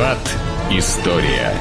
Виват. История.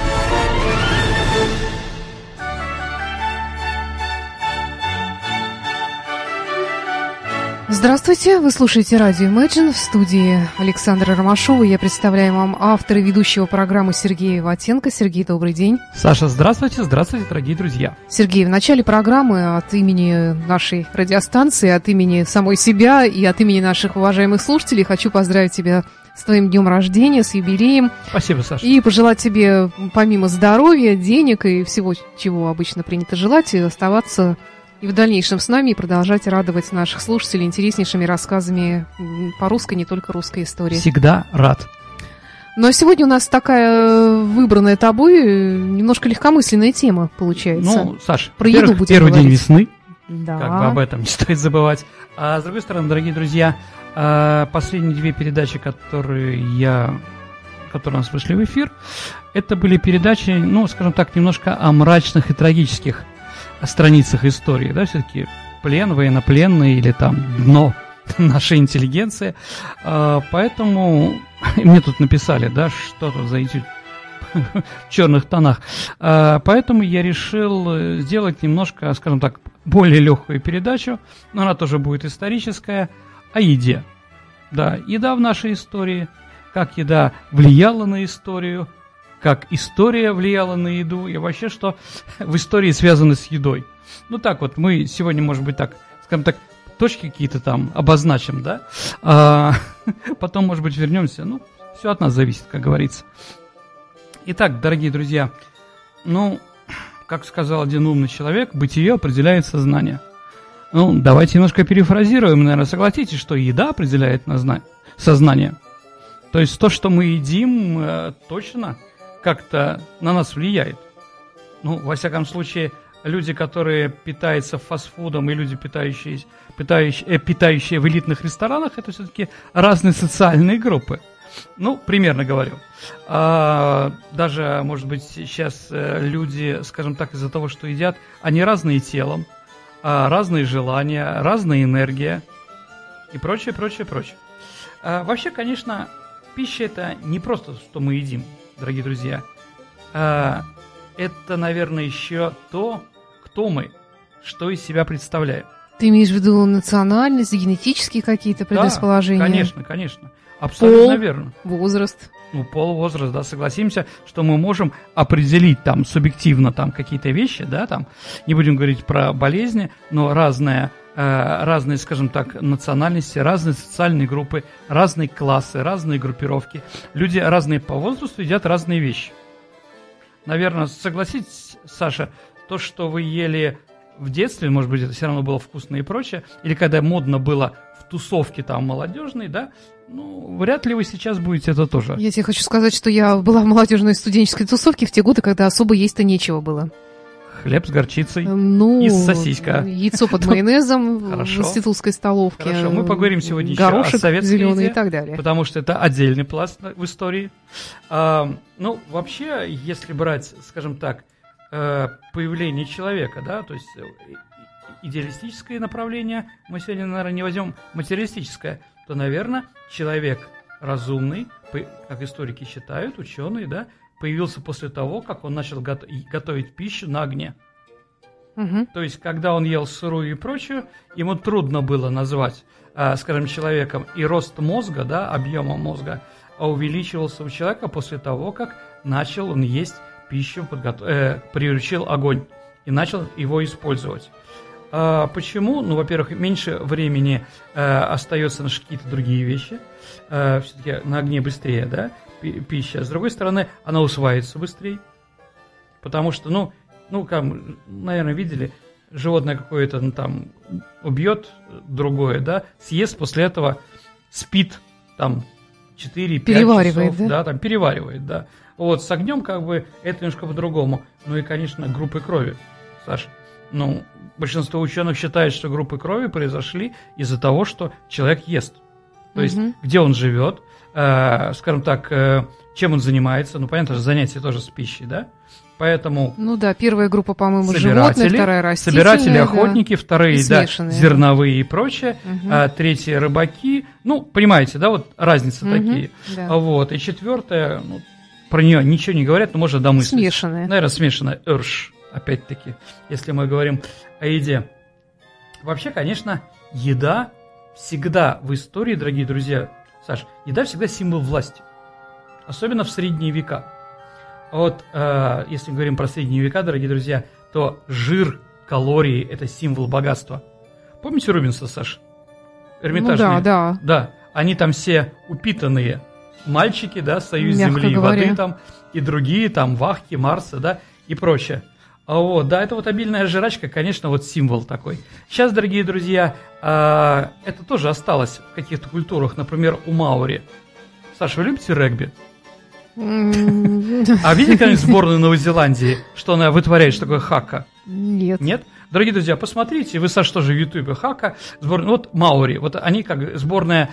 Здравствуйте, вы слушаете радио Imagine, в студии Александра Ромашова. Я представляю вам автора и ведущего программы Сергея Виватенко. Сергей, добрый день. Саша, здравствуйте, здравствуйте, дорогие друзья. Сергей, в начале программы от имени нашей радиостанции, от имени самой себя и от имени наших уважаемых слушателей хочу поздравить тебя с твоим днем рождения, с юбилеем. Спасибо, Саша. И пожелать тебе, помимо здоровья, денег и всего, чего обычно принято желать, оставаться и в дальнейшем с нами и продолжать радовать наших слушателей интереснейшими рассказами по русской, не только русской истории. Всегда рад. Но сегодня у нас такая выбранная тобой немножко легкомысленная тема получается. Ну, Саш, про еду будем первый говорить. день весны, Да. как бы об этом не стоит забывать. А с другой стороны, дорогие друзья, последние две передачи, которые у нас вышли в эфир, это были передачи, ну, скажем так, немножко о мрачных и трагических страницах истории, да, все-таки плен, военнопленный или там дно нашей интеллигенции, поэтому мне тут написали, да, что-то за эти в черных тонах, поэтому я решил сделать немножко, скажем так, более легкую передачу, но она тоже будет историческая, о еде, да, еда в нашей истории, как еда влияла на историю, как история влияла на еду и вообще, что в истории связано с едой. Ну так вот, мы сегодня, может быть, так, скажем так, точки какие-то там обозначим, да, потом, может быть, вернемся, ну, все от нас зависит, как говорится. Итак, дорогие друзья, ну, как сказал один умный человек, бытие определяет сознание. Ну, давайте немножко перефразируем, наверное, согласитесь, что еда определяет сознание. То есть то, что мы едим, точно как-то на нас влияет. Ну, во всяком случае, люди, которые питаются фастфудом, и люди, питающие в элитных ресторанах, это все-таки разные социальные группы. Ну, примерно говорю. Даже, может быть, сейчас люди, скажем так, из-за того, что едят, они разные телом, разные желания, разная энергия и прочее, прочее, прочее. Вообще, конечно, пища – это не просто, что мы едим, дорогие друзья. Это, наверное, еще то, кто мы, что из себя представляем. Ты имеешь в виду национальность, генетические какие-то предрасположения? Да, конечно, конечно. Абсолютно верно. Возраст. Ну, пол, возраст, да, согласимся, что мы можем определить там субъективно там какие-то вещи, да, там, не будем говорить про болезни, но разные, скажем так, национальности, разные социальные группы, разные классы, разные группировки. Люди разные по возрасту едят разные вещи. Наверное, согласитесь, Саша, то, что вы ели в детстве, может быть, это все равно было вкусно и прочее, или когда модно было в тусовке там молодежной, да, ну, вряд ли вы сейчас будете это тоже. Я тебе хочу сказать, что я была в молодежной студенческой тусовке в те годы, когда особо есть-то нечего было. Хлеб с горчицей и сосиска. Яйцо под майонезом в институтской столовке. Хорошо, мы поговорим сегодня горошек еще о советской зеленый еде, и так далее. потому что это отдельный пласт в истории. Ну, вообще, если брать, скажем так, появление человека, да, то есть идеалистическое направление, мы сегодня, наверное, не возьмем материалистическое, то, наверное, человек разумный, как историки считают, ученые, да, появился после того, как он начал готовить пищу на огне. Угу. То есть, когда он ел сырую и прочее, ему трудно было назвать, скажем, человеком и рост мозга, да, объема мозга, увеличивался у человека после того, как начал он есть пищу, приручил огонь и начал его использовать. Почему? Ну, во-первых, меньше времени остается на какие-то другие вещи, все-таки на огне быстрее, да, пища. С другой стороны, она усваивается быстрее, потому что, ну, как, наверное, видели, животное какое-то, ну, там, убьет другое, да, съест, после этого спит, там, 4-5 часов, да, там, переваривает, да. Вот, с огнем, как бы, это немножко по-другому. Ну и, конечно, группы крови, Саша. Ну, большинство ученых считает, что группы крови произошли из-за того, что человек ест. То есть, где он живет, скажем так, чем он занимается. Ну, понятно же, занятия тоже с пищей, да? Поэтому... Ну да, первая группа, по-моему, животные, вторая растительная. Собиратели, охотники, да. Вторые, да, зерновые и прочее, третьи рыбаки. Ну, понимаете, да, вот разницы такие. Да. Вот. И четвертое, ну, про нее ничего не говорят, но можно домыслить. Смешанная. Наверное, смешанная эрш, опять-таки, если мы говорим о еде. Вообще, конечно, еда всегда в истории, дорогие друзья, Саш, еда всегда символ власти. Особенно в средние века. Вот, если говорим про средние века, дорогие друзья, то жир, калории – это символ богатства. Помните Рубенса, Саш? Эрмитажные? Ну да. Да, они там все упитанные мальчики, да, союз Мягко земли и говоря. воды там, и другие там, Вахки, Марса, да, и прочее. Вот, да, это вот обильная жрачка, конечно, вот символ такой. Сейчас, дорогие друзья, это тоже осталось в каких-то культурах, например, у маори. Саша, вы любите регби? А видите когда-нибудь сборную Новой Зеландии, что она вытворяет, что такое хака? Нет. Нет? Дорогие друзья, посмотрите, вы, Саша, тоже в Ютубе хака, вот маори, вот они как сборная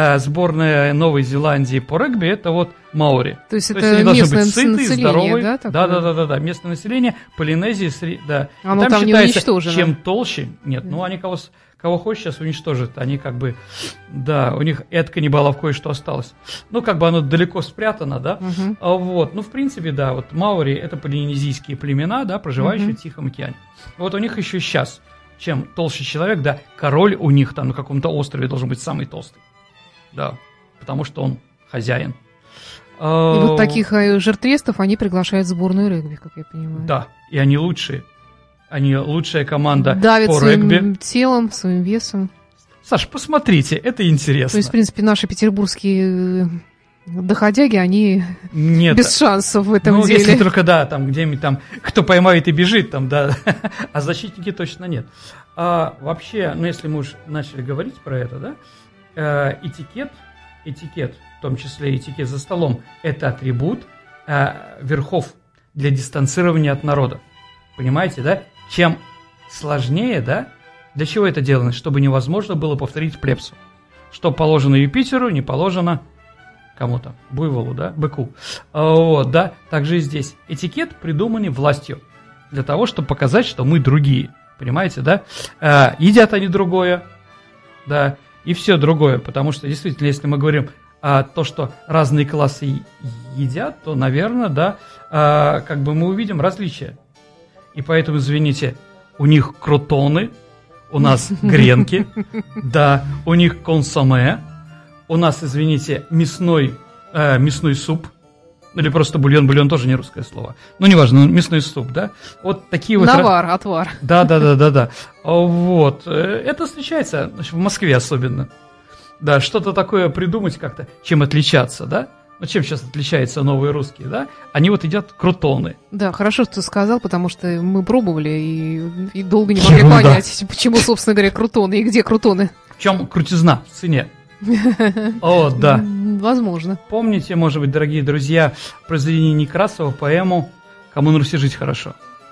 Новой Зеландии по регби, это вот маори. То есть они это должны местное быть сытые, население, здоровые. да? такое? Да, местное население, Полинезии, да. Оно И там не считается, уничтожено. чем толще, нет, ну они кого хочешь сейчас уничтожат, они как бы, да, у них и от каннибалов кое-что осталось. Ну, как бы оно далеко спрятано, да, вот, ну, в принципе, да, вот маори – это полинезийские племена, да, проживающие в Тихом океане. Вот у них еще сейчас, чем толще человек, да, король у них там на каком-то острове должен быть самый толстый, да, потому что он хозяин. И вот таких жертвестов они приглашают в сборную регби, как я понимаю. Да, и они лучшие. Они лучшая команда давят по своим регби. телом, своим весом. Саш, посмотрите, это интересно. То есть, в принципе, наши петербургские доходяги, они Нет. без шансов в этом деле. Если только, да, там где-нибудь там, кто поймает и бежит, там, да, а защитники точно нет. А вообще, ну, если мы уж начали говорить про это, да, этикет, в том числе этикет за столом, это атрибут верхов для дистанцирования от народа. Понимаете, да? Чем сложнее, да? Для чего это делано? Чтобы невозможно было повторить плебсу. Что положено Юпитеру, не положено кому-то, буйволу, да, быку. Вот, да, также и здесь. Этикет придуман властью для того, чтобы показать, что мы другие. Понимаете, да? Едят они другое, да, и все другое. Потому что, действительно, если мы говорим то, что разные классы едят, то, наверное, да, как бы мы увидим различия. И поэтому, извините, у них кротоны, у нас гренки, да, у них консоме, у нас, извините, мясной суп, или просто бульон тоже не русское слово, ну, неважно, мясной суп, да, вот такие вот... Навар, отвар. Да, вот, это встречается, значит, в Москве особенно, да, что-то такое придумать как-то, чем отличаться, да. Ну, чем сейчас отличаются новые русские, да? Они вот едят крутоны. Да, хорошо, что ты сказал, потому что мы пробовали и долго не могли понять, почему, собственно говоря, крутоны и где крутоны. В чем крутизна в цене? О, да. Возможно. Помните, может быть, дорогие друзья, произведение Некрасова, поэму «Кому на Руси жить хорошо».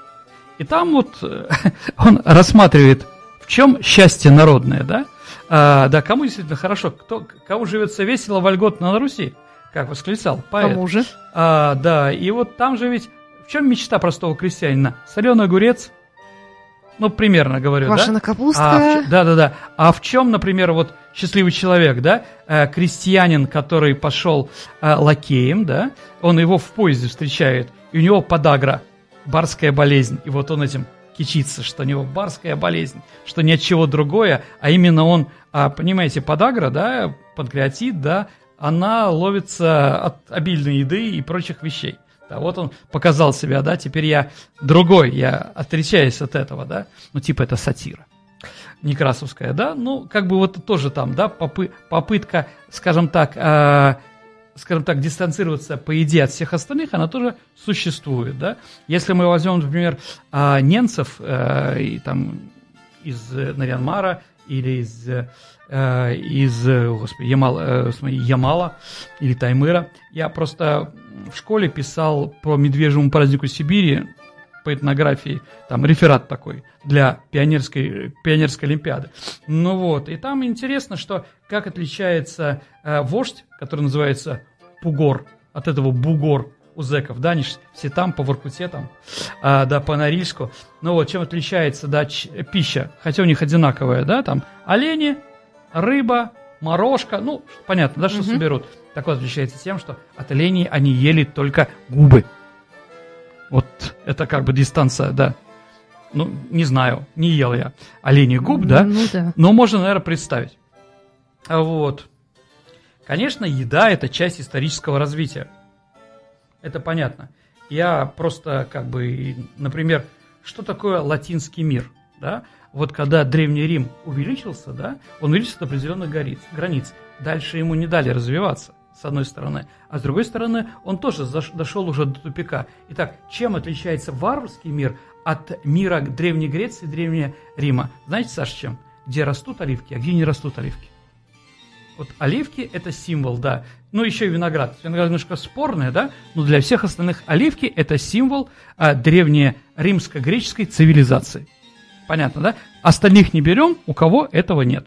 И там вот он рассматривает, в чем счастье народное, да? Да, кому действительно хорошо, кому живется весело, вольготно на Руси, как восклицал поэт. Кому же? Да, и вот там же ведь в чем мечта простого крестьянина? Соленый огурец, ну, примерно говорю, квашеная капуста. Да. А в чем, например, вот счастливый человек, да? Крестьянин, который пошел лакеем, да? Он его в поезде встречает, и у него подагра, барская болезнь. И вот он этим кичится, что у него барская болезнь, что ни от чего другое, а именно он, понимаете, подагра, да, панкреатит, да, она ловится от обильной еды и прочих вещей. Да, вот он показал себя, да, теперь я другой, я отличаюсь от этого, да, ну, типа это сатира некрасовская, да, ну, как бы вот тоже там, да, попытка, скажем так, дистанцироваться по еде от всех остальных, она тоже существует, да. Если мы возьмем, например, ненцев и, там, из Нарьян-Мара или из Ямала или Таймыра. Я просто в школе писал по медвежьему празднику Сибири по этнографии, там реферат такой для пионерской олимпиады. Ну вот, и там интересно, что как отличается вождь, который называется Пугор, от этого Бугор у зэков, да, они все там, по Воркуте, там, да, по Норильску. Ну вот, чем отличается, да, пища, хотя у них одинаковая, да, там олени, рыба, морожка, ну, понятно, да, что соберут. Так вот, отличается тем, что от оленей они ели только губы. Вот это как бы дистанция, да. Ну, не знаю, не ел я оленей губ, да? Ну, да. Но можно, наверное, представить. Вот. Конечно, еда – это часть исторического развития. Это понятно. Я просто как бы, например, что такое латинский мир, да? Вот когда Древний Рим увеличился, да, он увеличился до определенных границ. Дальше ему не дали развиваться, с одной стороны. А с другой стороны, он тоже дошел уже до тупика. Итак, чем отличается варварский мир от мира Древней Греции и Древнего Рима? Знаете, Саша, чем? Где растут оливки, а где не растут оливки. Вот оливки – это символ, да. Ну, еще и виноград. Виноград немножко спорное, да, но для всех остальных оливки – это символ древнеримско-греческой цивилизации. Понятно, да? Остальных не берем, у кого этого нет.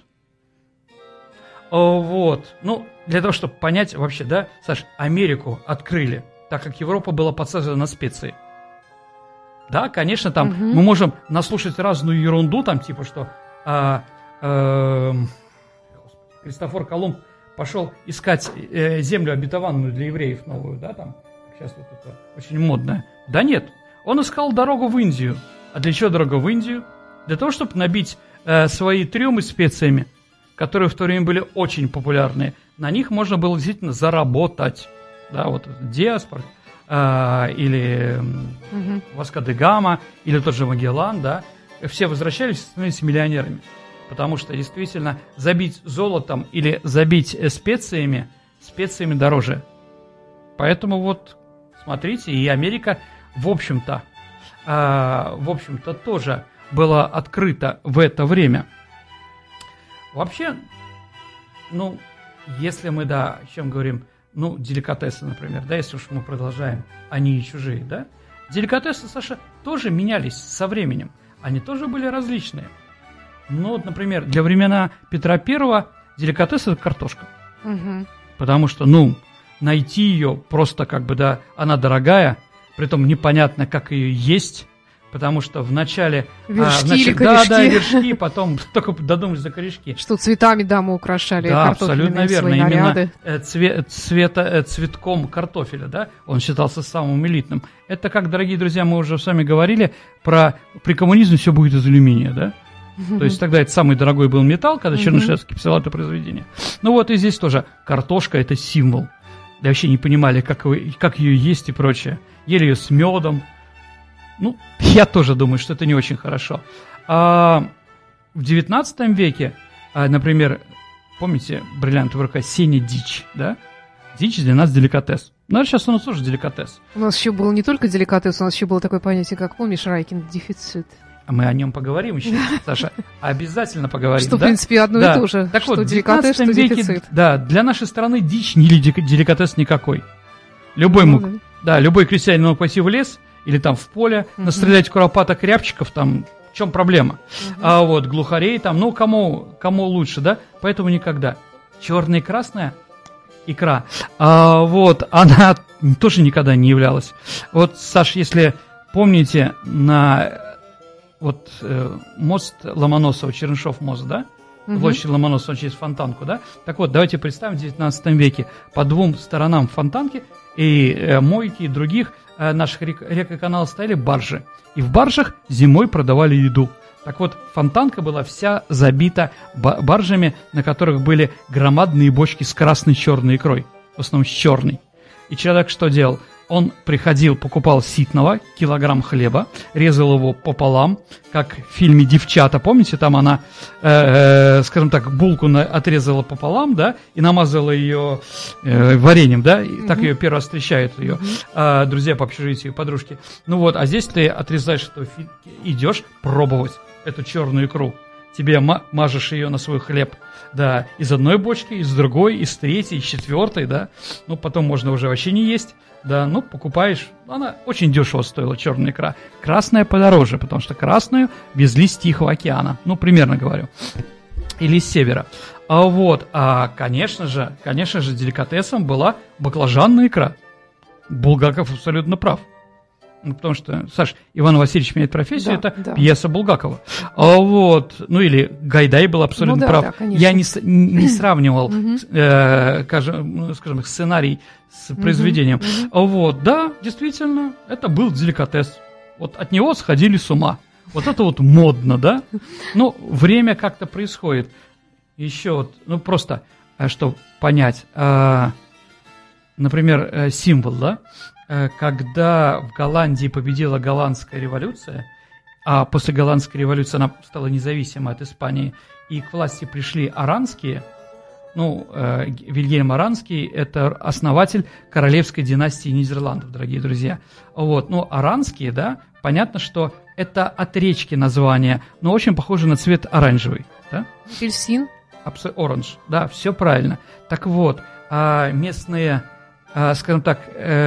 Вот. Ну, для того, чтобы понять вообще, да, Саш, Америку открыли, так как Европа была подсажена на специи. Да, конечно, там мы можем наслушать разную ерунду, там, типа, что Христофор Колумб пошел искать землю обетованную для евреев новую, да, там, сейчас вот это очень модное. Да нет, он искал дорогу в Индию. А для чего дорога в Индию? Для того, чтобы набить свои трюмы специями, которые в то время были очень популярны. На них можно было действительно заработать. Да, вот Диас или Васко де Гама, или тот же Магеллан, да, все возвращались и становились миллионерами. Потому что действительно забить золотом или забить специями дороже. Поэтому вот, смотрите, и Америка, в общем-то, тоже была открыта в это время. Вообще, ну, если мы, да, о чем говорим, ну, деликатесы, например, да, если уж мы продолжаем, они и чужие, да, деликатесы, Саша, тоже менялись со временем, они тоже были различные. Ну, вот, например, для времена Петра Первого деликатес – это картошка. Потому что, ну, найти ее просто как бы, да, она дорогая, притом непонятно, как ее есть, потому что вначале... Вершки или корешки. Да, вершки, потом только додумались до корешки. Что цветами дамы украшали, да, картофельные абсолютно верно. свои наряды. Именно цветком картофеля, да, он считался самым элитным. Это как, дорогие друзья, мы уже с вами говорили, при коммунизме все будет из алюминия, да? То есть тогда это самый дорогой был металл, когда Чернышевский писал это произведение. Ну вот и здесь тоже картошка – это символ. Да вообще не понимали, как ее есть и прочее. Ели ее с медом. Ну, я тоже думаю, что это не очень хорошо. В 19 веке, например, помните бриллиантовая рука Сеня дичь, да? Дичь для нас деликатес. Ну, сейчас у нас тоже деликатес. У нас еще был не только деликатес, у нас еще было такое понятие, как, помнишь, Райкин, дефицит. А мы о нем поговорим еще, Саша. Обязательно поговорим. Что, в принципе, одно и то же. Так что вот, деликатес, что дефицит. Да, для нашей страны дичь не деликатес никакой. Любой крестьянин мог пойти в лес или там в поле, настрелять куропаток, рябчиков, там, в чем проблема? А вот глухарей там, ну, кому лучше, да? Поэтому никогда. Черная и красная икра, вот, она тоже никогда не являлась. Вот, Саш, если помните, на мост Ломоносова, Чернышов мост, да? Площадь Ломоносова через Фонтанку, да? Так вот, давайте представим, в 19 веке по двум сторонам Фонтанки и мойки, и других наших рек и каналов стояли баржи. И в баржах зимой продавали еду. Так вот, Фонтанка была вся забита баржами, на которых были громадные бочки с красной и черной икрой. В основном с черной. И человек что делал? Он приходил, покупал ситного, килограмм хлеба, резал его пополам, как в фильме «Девчата». Помните, там она, скажем так, булку отрезала пополам, да, и намазала ее вареньем, да, и так ее первый раз встречают ее друзья по общежитию, подружки. Ну вот, а здесь ты отрезаешь, идешь пробовать эту черную икру. Тебе мажешь ее на свой хлеб, да, из одной бочки, из другой, из третьей, из четвертой, да. Ну, потом можно уже вообще не есть. Да, ну, покупаешь, она очень дешево стоила, черная икра. Красная подороже, потому что красную везли с Тихого океана, ну, примерно говорю, или с севера. Конечно же, деликатесом была баклажанная икра. Булгаков абсолютно прав. Ну, потому что, Саш, Иван Васильевич меняет профессию, Да, это да. пьеса Булгакова. Вот. Ну, или Гайдай был абсолютно Ну да, прав. да, конечно. Я не сравнивал, скажем, сценарий с произведением. Вот, да, действительно, это был деликатес. Вот от него сходили с ума. Вот это вот модно, да? Ну, время как-то происходит. Еще вот, ну, просто, чтобы понять, например, символ, да? Когда в Голландии победила голландская революция, а после голландской революции она стала независимой от Испании, и к власти пришли Аранские, ну, Вильгельм Аранский – это основатель королевской династии Нидерландов, дорогие друзья. Вот, ну, Аранские, да, понятно, что это от речки название, но очень похоже на цвет оранжевый, да? Апельсин. Оранж, да, все правильно. Так вот, местные, скажем так,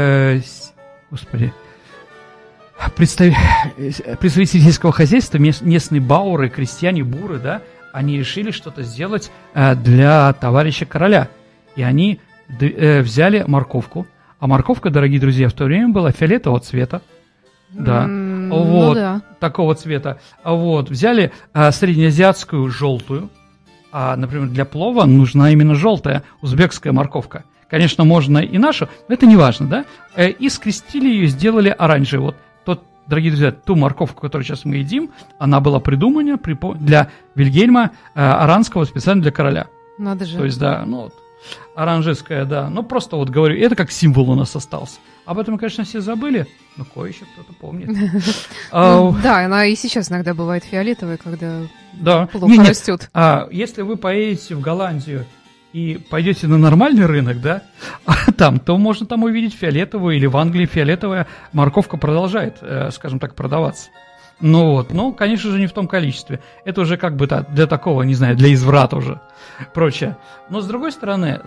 представители сельского хозяйства, местные бауры, крестьяне, буры, да, они решили что-то сделать для товарища короля. И они взяли морковку. А морковка, дорогие друзья, в то время была фиолетового цвета. Да. Вот, ну да. такого цвета. Вот, взяли среднеазиатскую желтую. А, например, для плова нужна именно желтая узбекская морковка. Конечно, можно и нашу, но это не важно, да? И скрестили ее, сделали оранжевый. Вот тот, дорогие друзья, ту морковку, которую сейчас мы едим, она была придумана для Вильгельма Аранского специально для короля. Надо же. То есть, да, ну вот, оранжеская, да. Ну, просто вот говорю, это как символ у нас остался. Об этом, конечно, все забыли, но кое-еще кто-то помнит. Да, она и сейчас иногда бывает фиолетовая, когда плохо растет. Если вы поедете в Голландию и пойдете на нормальный рынок, да, то можно там увидеть фиолетовую, или в Англии фиолетовая морковка продолжает, скажем так, продаваться. Ну вот, ну, конечно же, не в том количестве. Это уже как бы для такого, не знаю, для изврата уже, прочее. Но с другой стороны,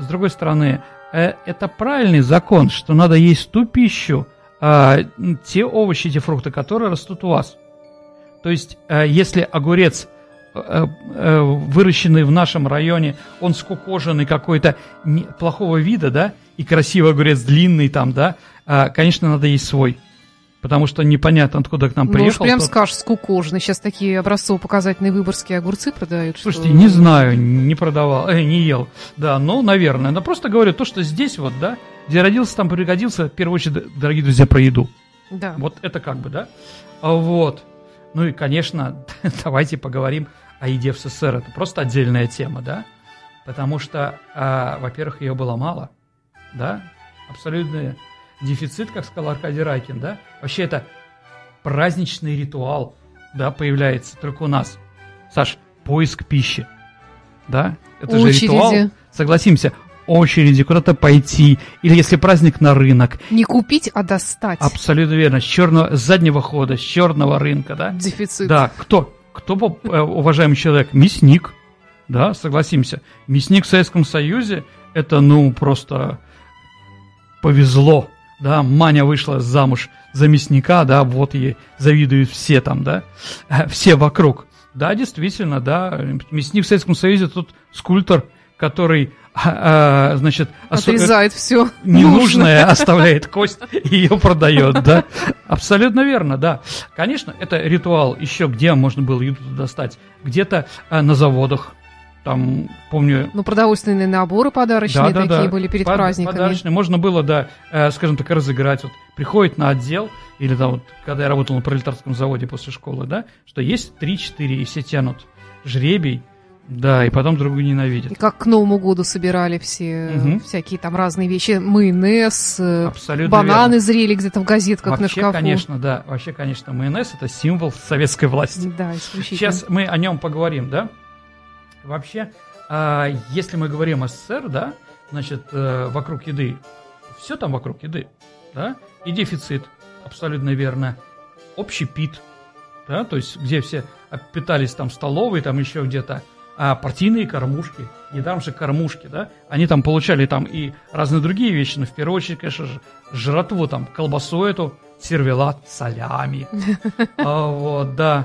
это правильный закон, что надо есть ту пищу, те овощи, те фрукты, которые растут у вас. То есть, если огурец, выращенный в нашем районе, он скукоженный какой-то плохого вида, да, и красивый огурец длинный там, да, конечно, надо есть свой. Потому что непонятно, откуда к нам приехал. Ну уж прям скажешь, скукоженный. Сейчас такие образцово-показательные выборгские огурцы продают. Слушайте, не знаю, не продавал, не ел. Да, ну, наверное. Но просто говорю, то, что здесь вот, да, где родился, там пригодился, в первую очередь, дорогие друзья, про еду. Да. Вот это как бы, да. Вот. Ну и, конечно, давайте поговорим о еде в СССР. Это просто отдельная тема, да. Потому что, во-первых, ее было мало, да, абсолютно дефицит, как сказал Аркадий Райкин, да? Вообще это праздничный ритуал, да, появляется только у нас. Саш, поиск пищи, да? Это очереди. Же ритуал, согласимся, очереди, куда-то пойти, или если праздник, на рынок. Не купить, а достать. Абсолютно верно, с заднего хода, с черного рынка, да? Дефицит. Да, кто, уважаемый человек? Мясник, да, согласимся. Мясник в Советском Союзе, это, ну, просто повезло. Да, Маня вышла замуж за мясника, да, вот ей завидуют все там, да, все вокруг. Да, действительно, да, мясник в Советском Союзе, тут скульптор, который, значит, отрезает все ненужное, оставляет кость и ее продает, да. Абсолютно верно, да. Конечно, это ритуал еще, где можно было еду достать, где-то на заводах. Там, помню... Ну, продовольственные наборы подарочные такие были перед праздниками. Подарочные. Можно было, да, скажем так, разыграть. Вот приходит на отдел, или там вот, когда я работал на пролетарском заводе после школы, да, что есть 3-4, и все тянут жребий, да, и потом другую ненавидят. И как к Новому году собирали все всякие там разные вещи, майонез, бананы зрели где-то в газетках вообще, на шкафу. Конечно, да, вообще, конечно, майонез – это символ советской власти. Да, исключительно. Сейчас мы о нем поговорим, да. Вообще, если мы говорим о СССР, да, значит, вокруг еды, все там вокруг еды, да, и дефицит, абсолютно верно, общепит, да, то есть, где все питались там столовой, там еще где-то, партийные кормушки, недаром же кормушки, да, они там получали там и разные другие вещи, но в первую очередь, конечно же, жратву, там, колбасу эту, сервелат, салями, вот, да.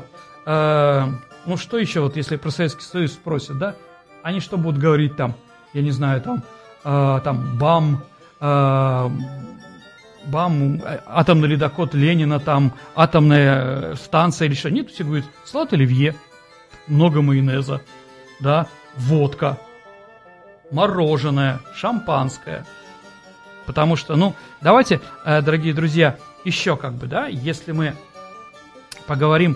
Ну, что еще, вот если про Советский Союз спросят, да, они что будут говорить там, я не знаю, там БАМ, бам, атомный ледокод Ленина, там, атомная станция или что. Нет, все говорят, салат оливье, много майонеза, да, водка, мороженое, шампанское. Потому что, ну, давайте, дорогие друзья, еще как бы, да, если мы поговорим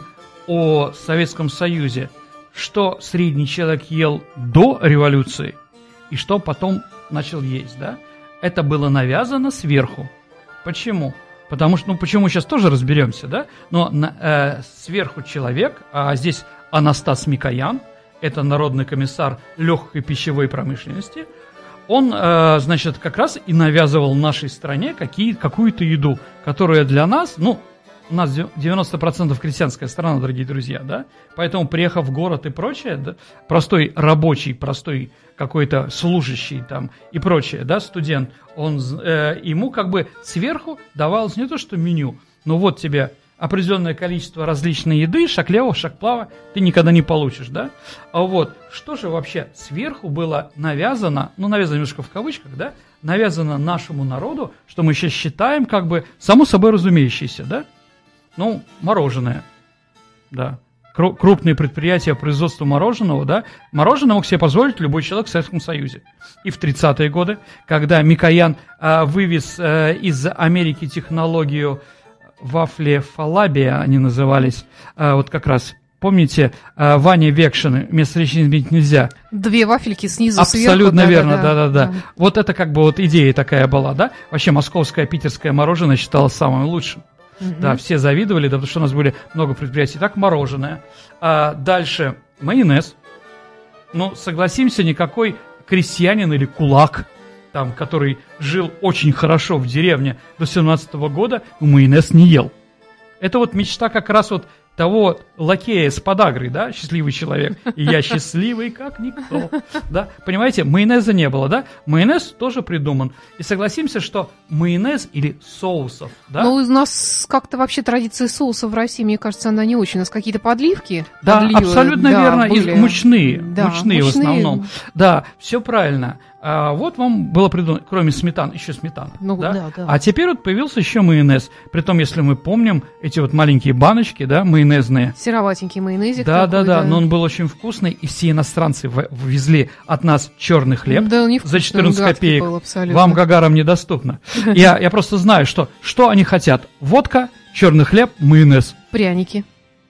о Советском Союзе, что средний человек ел до революции и что потом начал есть, да, это было навязано сверху. Почему? Потому что, ну, почему сейчас тоже разберемся, да, но сверху человек, а здесь Анастас Микоян, это народный комиссар легкой пищевой промышленности, он, значит, как раз и навязывал нашей стране какую-то еду, которая для нас, ну, у нас 90% крестьянская страна, дорогие друзья, да, поэтому, приехав в город и прочее, да, простой рабочий, простой какой-то служащий там и прочее, да, студент, он, ему как бы сверху давалось не то что меню, но вот тебе определенное количество различной еды, шаг-лево, шаг-плава, ты никогда не получишь, да? А вот, что же вообще сверху было навязано, ну, навязано немножко в кавычках, да, навязано нашему народу, что мы сейчас считаем как бы само собой разумеющееся, да? Ну, мороженое, да. Крупные предприятия производства мороженого, да, мороженое мог себе позволить любой человек в Советском Союзе. И в 30-е годы, когда Микоян вывез из Америки технологию вафли-фалабия, они назывались, вот как раз, помните, Ваня Векшин, вместо речи изменить нельзя. Две вафельки снизу абсолютно сверху. Абсолютно верно, да. Вот это как бы вот идея такая была, да. Вообще московское, питерское мороженое считалось самым лучшим. Да, все завидовали, да, потому что у нас были много предприятий. Так, мороженое. Дальше майонез. Ну, согласимся, никакой крестьянин или кулак, там, который жил очень хорошо в деревне до 17-го года, майонез не ел. Это вот мечта как раз вот того лакея с подагрой, да, счастливый человек. И я счастливый, как никто. Да, понимаете, майонеза не было, да? Майонез тоже придуман. И согласимся, что майонез или соусов, да? Ну, у нас как-то вообще традиция соусов в России, мне кажется, она не очень. У нас какие-то подливки. Да, подливы, абсолютно верно. были. И мучные. Да, мучные в основном. Да, все правильно. Вот вам было придумано, кроме сметаны, еще сметана. Ну, да? Да. А теперь вот появился еще майонез. Притом, если мы помним, эти вот маленькие баночки, да, майонезные. Сероватенький майонезик. Да, но он был очень вкусный, и все иностранцы ввезли от нас черный хлеб за 14 копеек. Вам, гагарам, недоступно. Я просто знаю, что они хотят. Водка, черный хлеб, майонез. Пряники.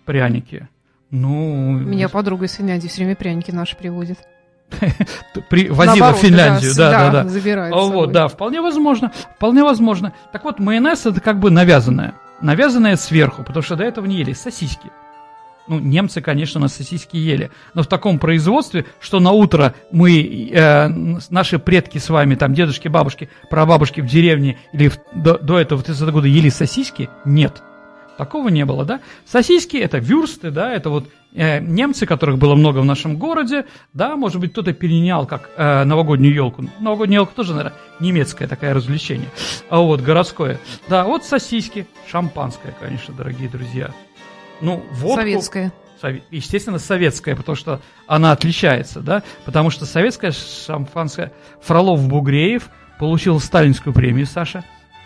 Ну... Меня подруга из Финляндии все время пряники наши привозит. Возила в Финляндию, да. Забирает вот, да, вполне возможно. Так вот, майонез это как бы навязанное сверху, потому что до этого не ели сосиски. Ну, немцы, конечно, сосиски ели, но в таком производстве, что на утро наши предки с вами, там, дедушки, бабушки, прабабушки в деревне или до этого в 30-е годы ели сосиски, нет. Такого не было, да? Сосиски – это вюрсты, да, это вот немцы, которых было много в нашем городе, да, может быть, кто-то перенял как новогоднюю елку. Новогодняя елка тоже, наверное, немецкое такое развлечение, а вот городское. Да, вот сосиски, шампанское, конечно, дорогие друзья. Ну, водку... Советское. Естественно, советская, потому что она отличается, да, потому что советское шампанское Фролов-Бугреев получил сталинскую премию, Саша,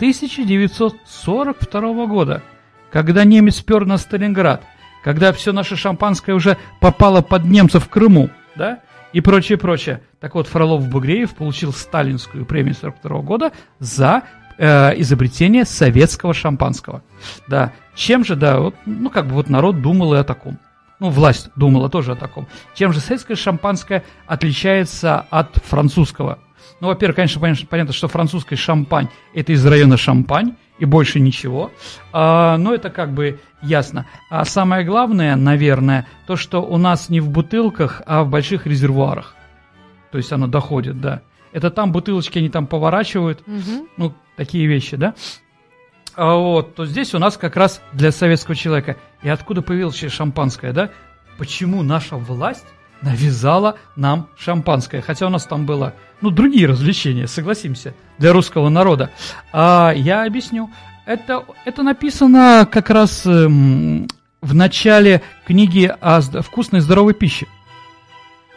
1942 года, когда немец пер на Сталинград, когда все наше шампанское уже попало под немцев в Крыму, да, и прочее. Так вот, Фролов-Бугреев получил сталинскую премию 1942 года за изобретение советского шампанского. Да, чем же, да, вот, ну, как бы вот народ думал и о таком. Ну, власть думала тоже о таком. Чем же советское шампанское отличается от французского? Ну, во-первых, конечно, понятно, что французский шампань – это из района Шампань, и больше ничего. Но это как бы ясно. А самое главное, наверное, то, что у нас не в бутылках, а в больших резервуарах. То есть оно доходит, да. Это там бутылочки, они там поворачивают. Ну, такие вещи, да. Вот, то здесь у нас как раз для советского человека. И откуда появилось шампанское, да? Почему наша власть навязала нам шампанское? Хотя у нас там было, ну, другие развлечения, согласимся, для русского народа. Я объясню. Это написано как раз в начале книги о вкусной и здоровой пище.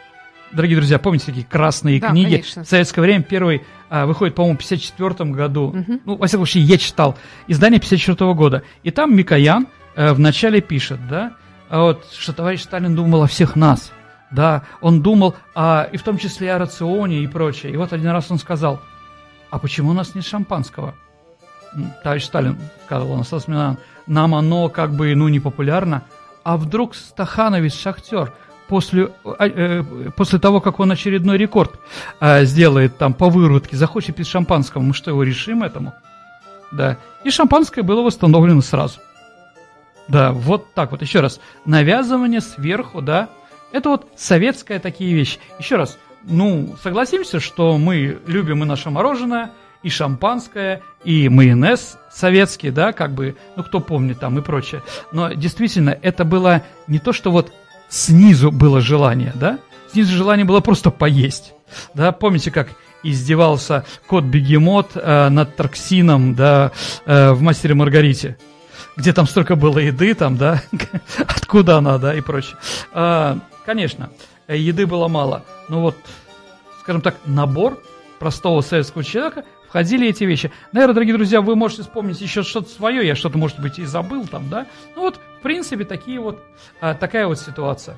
дорогие друзья, помните такие красные книги? Конечно. В советское время первый выходит, по-моему, в 1954 году. Ну, во всяком случае, я читал. Издание 1954 года. И там Микоян вначале пишет, да, что товарищ Сталин думал о всех нас. Да, он думал, и в том числе о рационе и прочее. И вот один раз он сказал: а почему у нас нет шампанского? Товарищ Сталин, сказал он, нам оно как бы, не популярно. А вдруг Стахановец, шахтер, после того, как он очередной рекорд сделает там по выработке, захочет пить шампанского, мы что, его решим этому? Да. И шампанское было восстановлено сразу. Да, вот так вот. Еще раз. Навязывание сверху, да. Это вот советская такие вещи. Еще раз. Согласимся, что мы любим и наше мороженое, и шампанское, и майонез советский, да, как бы, кто помнит там и прочее. Но действительно, это было не то, что вот снизу было желание, да, снизу желание было просто поесть, да, помните, как издевался кот-бегемот над Тарксином, да, в «Мастере и Маргарите», где там столько было еды, там, да, откуда она, да, и прочее. Конечно, еды было мало, но вот, скажем так, набор простого советского человека входили эти вещи. Наверное, дорогие друзья, вы можете вспомнить еще что-то свое, я что-то, может быть, и забыл там, да. В принципе, такая вот ситуация.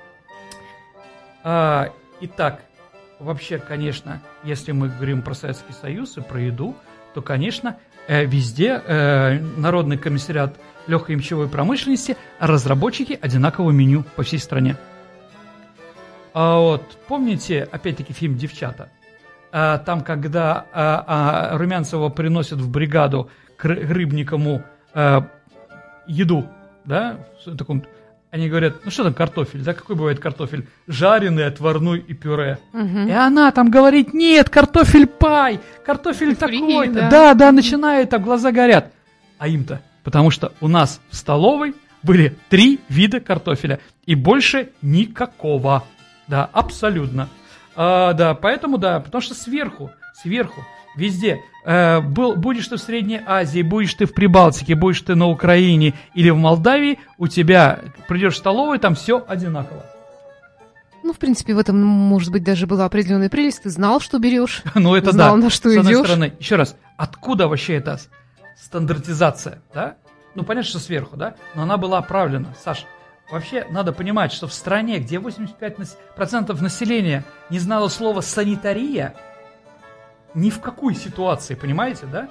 Итак, вообще, конечно, если мы говорим про Советский Союз и про еду, то, конечно, везде Народный комиссариат легкой и пищевой промышленности, разработчики одинакового меню по всей стране. Помните, опять-таки, фильм «Девчата»? Там, когда Румянцева приносят в бригаду к Рыбникову еду, да, они говорят, что там картофель, да, какой бывает картофель? Жареный, отварной и пюре. И она там говорит: нет, картофель пай, картофель такой-то, да, начинает, там глаза горят. А им-то, потому что у нас в столовой были 3 вида картофеля, и больше никакого, да, абсолютно. Да, поэтому, да, потому что сверху, везде, будешь ты в Средней Азии, будешь ты в Прибалтике, будешь ты на Украине или в Молдавии, у тебя, придешь в столовую, там все одинаково. В принципе, в этом, может быть, даже была определенная прелесть, ты знал, что берешь, это знал, да, на что с идешь. одной стороны, еще раз, откуда вообще эта стандартизация, да? Понятно, что сверху, да, но она была оправлена, Саша. Вообще, надо понимать, что в стране, где 85% населения не знало слова «санитария», ни в какой ситуации, понимаете, да?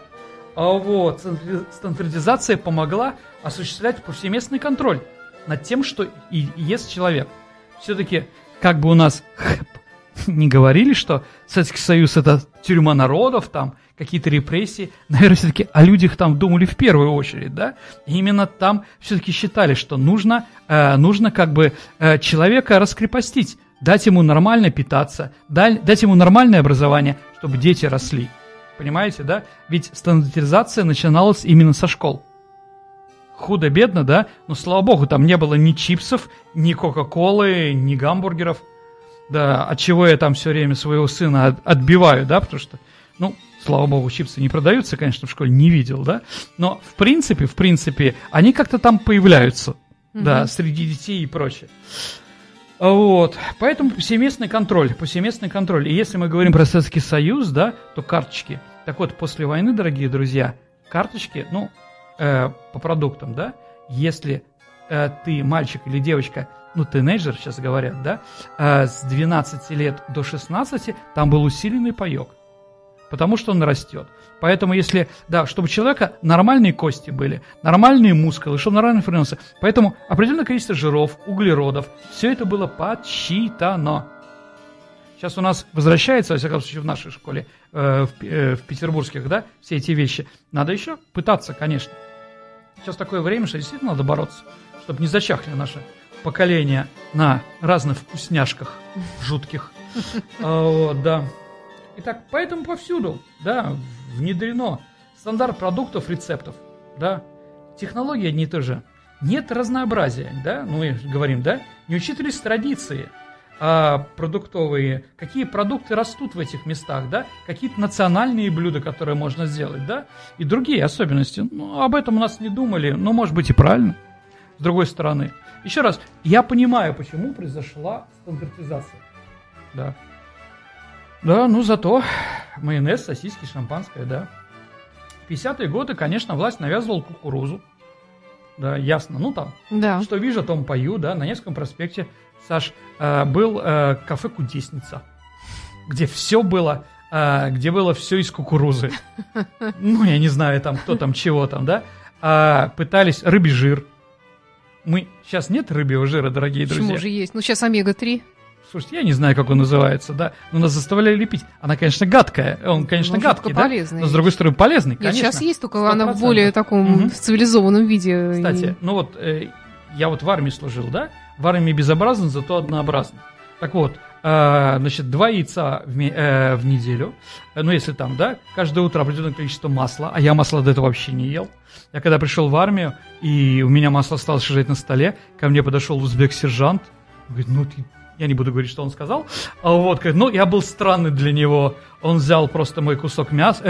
Стандартизация помогла осуществлять повсеместный контроль над тем, что и ест человек. Все-таки, как бы у нас не говорили, что Советский Союз – это тюрьма народов, там какие-то репрессии, наверное, все-таки о людях там думали в первую очередь, да? И именно там все-таки считали, что нужно как бы человека раскрепостить, дать ему нормально питаться, дать ему нормальное образование, чтобы дети росли. Понимаете, да? Ведь стандартизация начиналась именно со школ. Худо-бедно, да? Но, слава богу, там не было ни чипсов, ни кока-колы, ни гамбургеров. Да, от чего я там все время своего сына отбиваю, да? Потому что, слава богу, чипсы не продаются, конечно, в школе не видел, да? Но, в принципе, они как-то там появляются, да, среди детей и прочее. Поэтому повсеместный контроль. И если мы говорим про Советский Союз, да, то карточки. Так вот, после войны, дорогие друзья, карточки, по продуктам, да, если ты мальчик или девочка, тинейджер, сейчас говорят, да, с 12 лет до 16, там был усиленный паёк, потому что он растет. Поэтому если, да, чтобы у человека нормальные кости были, нормальные мускулы, чтобы нормально формировался, поэтому определенное количество жиров, углеродов, все это было подсчитано. Сейчас у нас возвращается, во всяком случае, в нашей школе, в петербургских, да, все эти вещи. Надо еще пытаться, конечно. Сейчас такое время, что действительно надо бороться, чтобы не зачахли наши поколения на разных вкусняшках жутких. Да. Итак, поэтому повсюду, да, внедрено стандарт продуктов, рецептов, да, технологии одни и те же. Нет разнообразия, да, мы говорим, да, не учитывались традиции продуктовые, какие продукты растут в этих местах, да, какие-то национальные блюда, которые можно сделать, да, и другие особенности. Об этом у нас не думали, но, может быть, и правильно. С другой стороны, еще раз, я понимаю, почему произошла стандартизация. да. Да, ну зато майонез, сосиски, шампанское, да. В 50-е годы, конечно, власть навязывала кукурузу. Да, ясно. Ну там, Да. что вижу, о том пою, да. На Невском проспекте, Саш, был кафе «Кудесница», где все было, где было все из кукурузы. Ну, я не знаю, там, кто там, чего там, да. Пытались рыбий жир. Сейчас нет рыбьего жира, дорогие друзья. Почему же есть? Ну, сейчас омега-3. Слушайте, я не знаю, как он называется, да, но нас заставляли лепить. Она, конечно, гадкая, он, конечно, гадкий, да, полезный. но, с другой стороны, полезный, конечно. Нет, сейчас есть, только 100%. она в более таком в цивилизованном виде. Кстати, ну вот, я вот в армии служил, да, в армии безобразно, зато однообразно. Так вот, значит, 2 яйца в неделю, ну, если там, да, каждое утро определенное количество масла, а я масла до этого вообще не ел. Я когда пришел в армию, и у меня масло осталось лежать на столе, ко мне подошел узбек-сержант, говорит, ну, ты... Я не буду говорить, что он сказал. Вот, ну, я был странный для него. Он взял просто мой кусок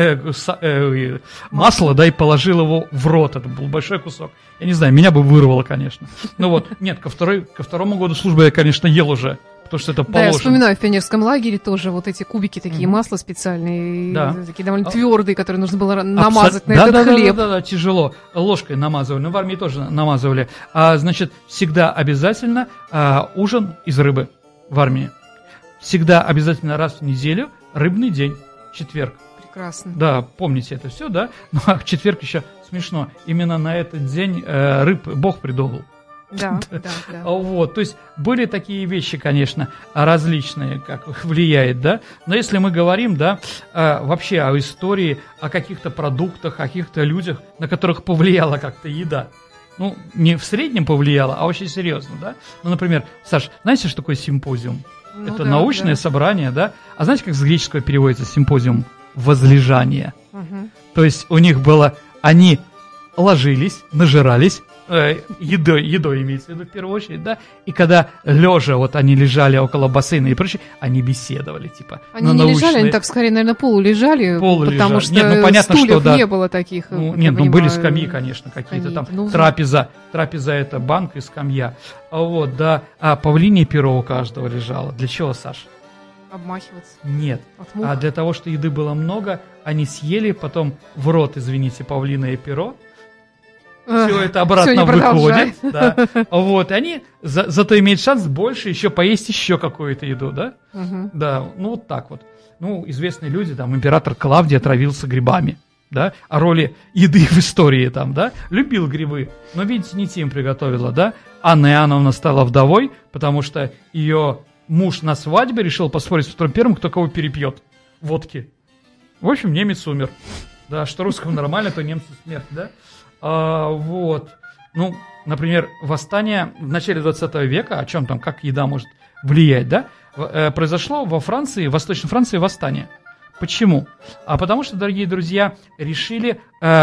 масла, да, и положил его в рот. Это был большой кусок. Я не знаю, меня бы вырвало, конечно. Ну вот, нет, ко второму году службы я, конечно, ел уже, потому что это положено. Да, я вспоминаю, в пионерском лагере тоже вот эти кубики такие масла специальные, да. Такие довольно твердые, которые нужно было намазать на этот хлеб. Да, тяжело. Ложкой намазывали, но в армии тоже намазывали. Значит, всегда обязательно ужин из рыбы в армии. Всегда обязательно раз в неделю рыбный день, четверг. Прекрасно. Да, помните это все, да? Ну, а в четверг еще смешно. Именно на этот день рыб Бог придумал. Да. Вот, то есть были такие вещи, конечно, различные, как влияет, да. Но если мы говорим, да, вообще о истории, о каких-то продуктах, о каких-то людях, на которых повлияла как-то еда. Ну, не в среднем повлияла, а очень серьезно, да. Ну, например, Саш, знаете, что такое симпозиум? Ну, это научное собрание, да. А знаете, как с греческого переводится симпозиум? Возлежание. Угу. То есть у них было, они ложились, нажирались, едой имеется в виду в первую очередь, да, и когда лежа, вот они лежали около бассейна и прочее, они беседовали, типа, они не лежали, они так скорее, наверное, полулежали, потому что нет, ну, понятно, стульев что, да. не было таких. Ну, нет, ну были скамьи, конечно, какие-то там, трапеза это банк и скамья, вот, да, а павлинье перо у каждого лежало. Для чего, Саш? Обмахиваться? Нет, а для того, что еды было много, они съели, потом в рот, извините, павлиное перо, все это обратно выходит, да. Вот, и они зато имеют шанс больше еще поесть еще какую-то еду, да? Да, ну вот так вот. Ну, известные люди, там, император Клавдий отравился грибами, да, о роли еды в истории там, да, любил грибы, но, видите, не тем приготовила, да. Анна Иоанновна стала вдовой, потому что ее муж на свадьбе решил поспорить с Петром I, кто кого перепьет водки. В общем, немец умер. Да, что русскому нормально, то немцу смерть, да. Вот, ну, например, восстание в начале 20 века, о чем там, как еда может влиять, да, произошло во Франции, в Восточной Франции восстание. Почему? А потому что, дорогие друзья, решили,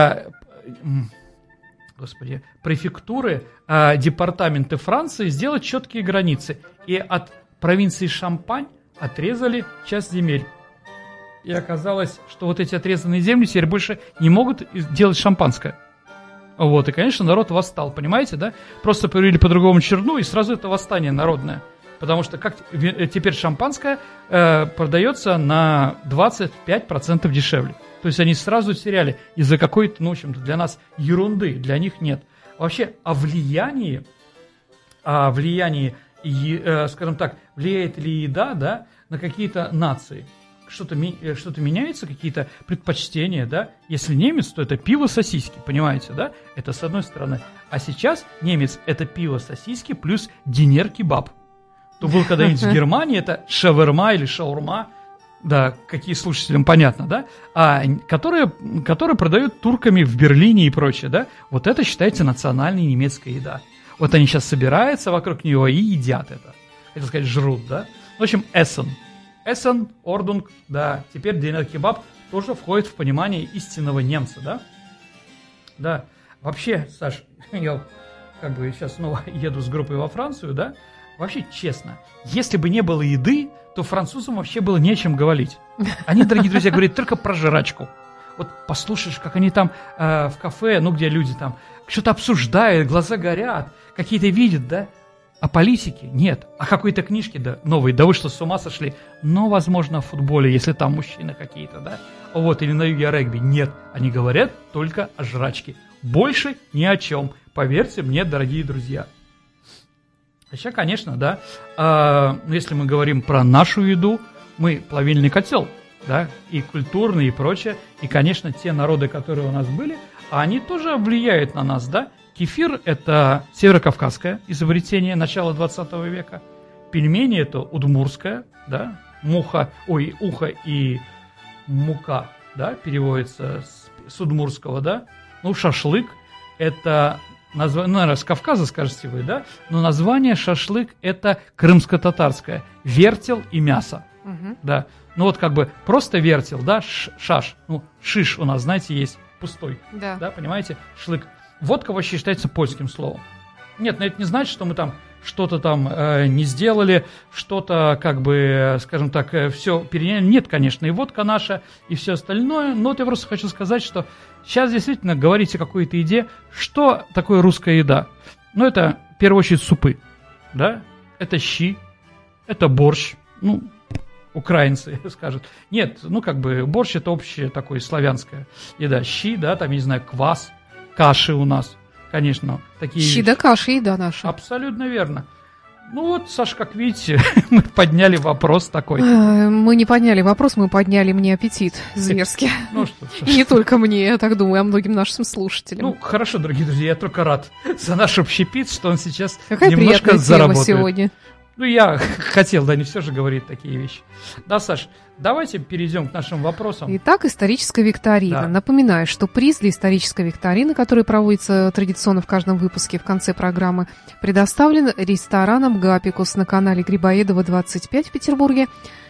префектуры, департаменты Франции сделать четкие границы. И от провинции Шампань отрезали часть земель. И оказалось, что вот эти отрезанные земли теперь больше не могут делать шампанское. Вот, и, конечно, народ восстал, понимаете, да? Просто привели по другому черну, и сразу это восстание народное. Потому что как теперь шампанское продается на 25% дешевле. То есть они сразу теряли из-за какой-то, ну, в общем-то, для нас ерунды, для них нет. Вообще, о влиянии, скажем так, влияет ли еда, да, на какие-то нации? Что-то меняется, какие-то предпочтения, да? Если немец, то это пиво, сосиски, понимаете, да? Это с одной стороны. А сейчас немец – это пиво, сосиски плюс динер-кебаб. То был когда-нибудь в Германии, это шаверма или шаурма, да, какие слушателям понятно, да? Которые продают турками в Берлине и прочее, да? Вот это считается национальной немецкой еда. Вот они сейчас собираются вокруг нее и едят это. Это сказать, жрут, да? В общем, Эссен, Ордунг, да, теперь динер-кебаб тоже входит в понимание истинного немца, да? Да, вообще, Саш, я как бы сейчас снова еду с группой во Францию, да? Вообще, честно, если бы не было еды, то французам вообще было не о чем говорить. Они, дорогие друзья, говорят только про жрачку. Вот послушаешь, как они там в кафе, ну, где люди там что-то обсуждают, глаза горят, какие-то видят, да? О политике? Нет. О какой-то книжке да, новой? Да вы что, с ума сошли? Но, возможно, о футболе, если там мужчины какие-то, да? Вот, или на юге о регби. Нет, они говорят только о жрачке. Больше ни о чем. Поверьте мне, дорогие друзья. Еще, конечно, да, если мы говорим про нашу еду, мы плавильный котел, да, и культурный, и прочее. И, конечно, те народы, которые у нас были, они тоже влияют на нас, да. Кефир – это северокавказское изобретение начала 20 века. Пельмени – это удмурское, да, ухо и мука, да, переводится с удмурского, да. Ну, шашлык – это, наверное, с Кавказа, скажете вы, да, но название шашлык – это крымско-татарское, вертел и мясо, да. Ну, вот как бы просто вертел, да, шаш, ну, шиш у нас, знаете, есть пустой, да, понимаете, шлык. Водка вообще считается польским словом. Нет, но это не значит, что мы там что-то там не сделали, что-то, как бы, скажем так, все переняли. Нет, конечно, и водка наша, и все остальное. Но вот я просто хочу сказать, что сейчас действительно говорить о какой-то еде, что такое русская еда. Ну, это, в первую очередь, супы, да, это щи, это борщ, ну, украинцы скажут. Нет, ну, как бы, борщ это общее такое славянское еда. Щи, да, там, я не знаю, квас. Каши у нас, конечно, такие. Щи да каши, еда наша. Абсолютно верно. Ну вот, Саш, как видите, мы подняли вопрос такой. Мы не подняли вопрос, мы подняли мне аппетит зверски. Ну что, и не только мне, я так думаю, а многим нашим слушателям. Ну, хорошо, дорогие друзья, я только рад за наш общепит, что он сейчас какая немножко заработает. Тема сегодня. Ну, я хотел, да, не все же говорит такие вещи. Да, Саш, давайте перейдем к нашим вопросам. Итак, историческая викторина. Да. Напоминаю, что приз для исторической викторины, который проводится традиционно в каждом выпуске в конце программы, предоставлен рестораном «Гапикус» на канале Грибоедова, 25 в Петербурге.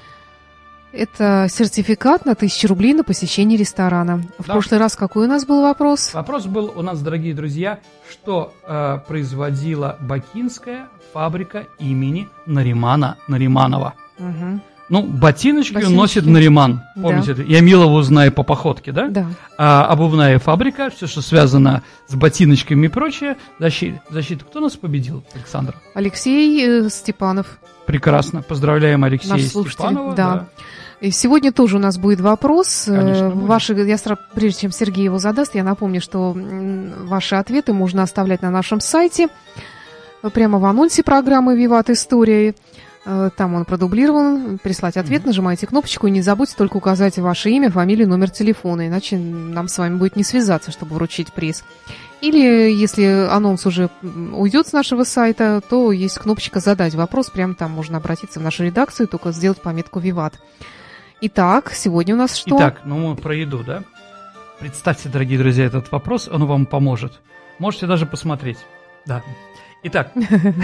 Это сертификат на 1000 рублей на посещение ресторана. В прошлый раз какой у нас был вопрос? Вопрос был у нас, дорогие друзья, что производила бакинская фабрика имени Наримана Нариманова. Угу. Ну, ботиночки носит Нариман. Помните, да. Я Милову знаю по походке, да? Да. А обувная фабрика, все, что связано с ботиночками и прочее, защита. Кто нас победил, Александр? Алексей Степанов. Прекрасно. Поздравляем Алексея Степанова. Да. И сегодня тоже у нас будет вопрос. Конечно, прежде чем Сергей его задаст, я напомню, что ваши ответы можно оставлять на нашем сайте, прямо в анонсе программы «Виват История». Там он продублирован. Прислать ответ, нажимайте кнопочку и не забудьте только указать ваше имя, фамилию, номер телефона, иначе нам с вами будет не связаться, чтобы вручить приз. Или, если анонс уже уйдет с нашего сайта, то есть кнопочка «Задать вопрос». Прямо там можно обратиться в нашу редакцию, только сделать пометку «Виват». Итак, сегодня у нас что? Итак, мы про еду, да? Представьте, дорогие друзья, этот вопрос, он вам поможет. Можете даже посмотреть. Да. Итак,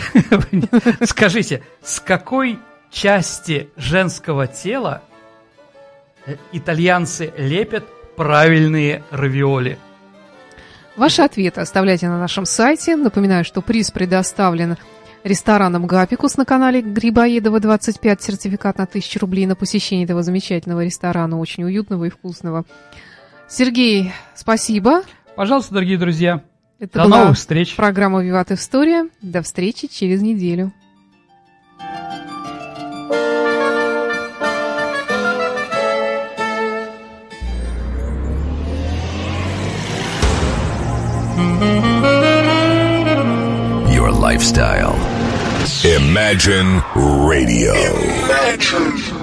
скажите, с какой части женского тела итальянцы лепят правильные равиоли? Ваши ответы оставляйте на нашем сайте. Напоминаю, что приз предоставлен рестораном «Гапикус» на канале Грибоедова, 25, сертификат на 1000 рублей на посещение этого замечательного ресторана, очень уютного и вкусного. Сергей, спасибо. Пожалуйста, дорогие друзья. Это была новых встреч. Программа «Виват История». До встречи через неделю. Your lifestyle. Imagine Radio. Imagine